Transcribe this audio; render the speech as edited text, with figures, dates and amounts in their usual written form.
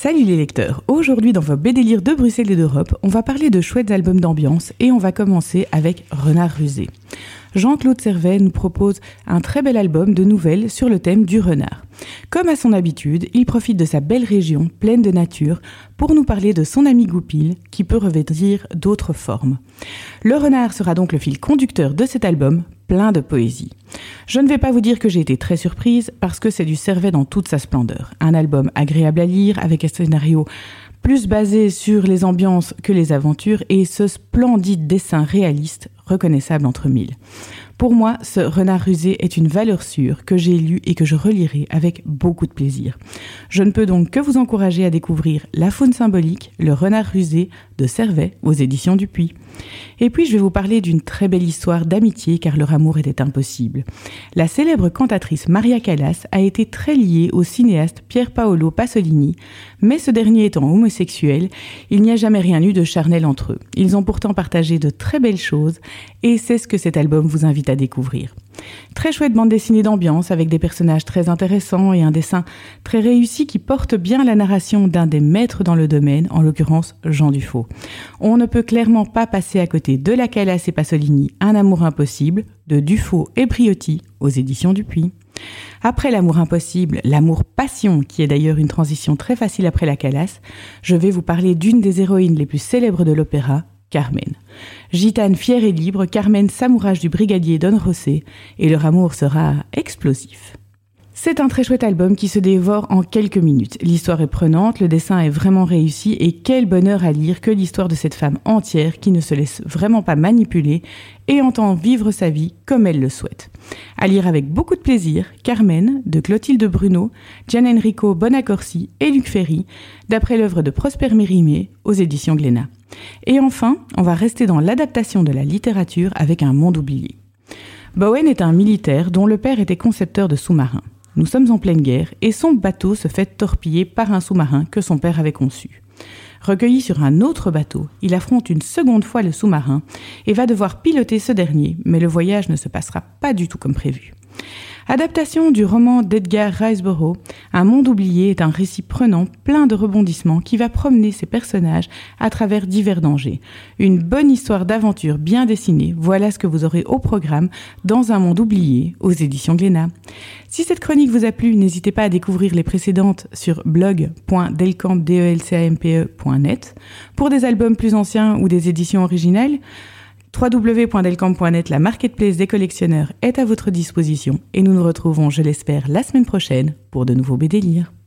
Salut les lecteurs, aujourd'hui dans vos BD-Lire de Bruxelles et d'Europe, on va parler de chouettes albums d'ambiance et on va commencer avec Renard rusé. Jean-Claude Servet nous propose un très bel album de nouvelles sur le thème du renard. Comme à son habitude, il profite de sa belle région pleine de nature pour nous parler de son ami Goupil qui peut revêtir d'autres formes. Le renard sera donc le fil conducteur de cet album, plein de poésie. Je ne vais pas vous dire que j'ai été très surprise parce que c'est du Servet dans toute sa splendeur. Un album agréable à lire avec un scénario plus basé sur les ambiances que les aventures et ce splendide dessin réaliste reconnaissable entre mille. Pour moi, ce Renard rusé est une valeur sûre que j'ai lue et que je relirai avec beaucoup de plaisir. Je ne peux donc que vous encourager à découvrir La faune symbolique, le Renard rusé de Servet aux éditions Dupuis. Et puis je vais vous parler d'une très belle histoire d'amitié car leur amour était impossible. La célèbre cantatrice Maria Callas a été très liée au cinéaste Pier Paolo Pasolini, mais ce dernier étant homosexuel, il n'y a jamais rien eu de charnel entre eux. Ils ont pourtant partagé de très belles choses et c'est ce que cet album vous invite à découvrir. Très chouette bande dessinée d'ambiance avec des personnages très intéressants et un dessin très réussi qui porte bien la narration d'un des maîtres dans le domaine, en l'occurrence Jean Dufaux. On ne peut clairement pas passer à côté de la Callas et Pasolini, Un amour impossible, de Dufaux et Briotti aux éditions Dupuis. Après l'amour impossible, l'amour-passion, qui est d'ailleurs une transition très facile après la Callas, je vais vous parler d'une des héroïnes les plus célèbres de l'opéra, Carmen. Gitane fière et libre, Carmen s'amourage du brigadier Don José et leur amour sera explosif. C'est un très chouette album qui se dévore en quelques minutes. L'histoire est prenante, le dessin est vraiment réussi et quel bonheur à lire que l'histoire de cette femme entière qui ne se laisse vraiment pas manipuler et entend vivre sa vie comme elle le souhaite. À lire avec beaucoup de plaisir, Carmen de Clotilde Bruno, Gian Enrico Bonaccorsi et Luc Ferry, d'après l'œuvre de Prosper Mérimée aux éditions Glénat. Et enfin, on va rester dans l'adaptation de la littérature avec Un monde oublié. Bowen est un militaire dont le père était concepteur de sous-marins. Nous sommes en pleine guerre et son bateau se fait torpiller par un sous-marin que son père avait conçu. Recueilli sur un autre bateau, il affronte une seconde fois le sous-marin et va devoir piloter ce dernier, mais le voyage ne se passera pas du tout comme prévu. Adaptation du roman d'Edgar Riceborough, Un monde oublié est un récit prenant, plein de rebondissements qui va promener ses personnages à travers divers dangers. Une bonne histoire d'aventure bien dessinée, voilà ce que vous aurez au programme dans Un monde oublié aux éditions Glénat. Si cette chronique vous a plu, n'hésitez pas à découvrir les précédentes sur blog.delcampe.net. Pour des albums plus anciens ou des éditions originales, www.delcamp.net, la marketplace des collectionneurs, est à votre disposition et nous nous retrouvons, je l'espère, la semaine prochaine pour de nouveaux BD-Lire.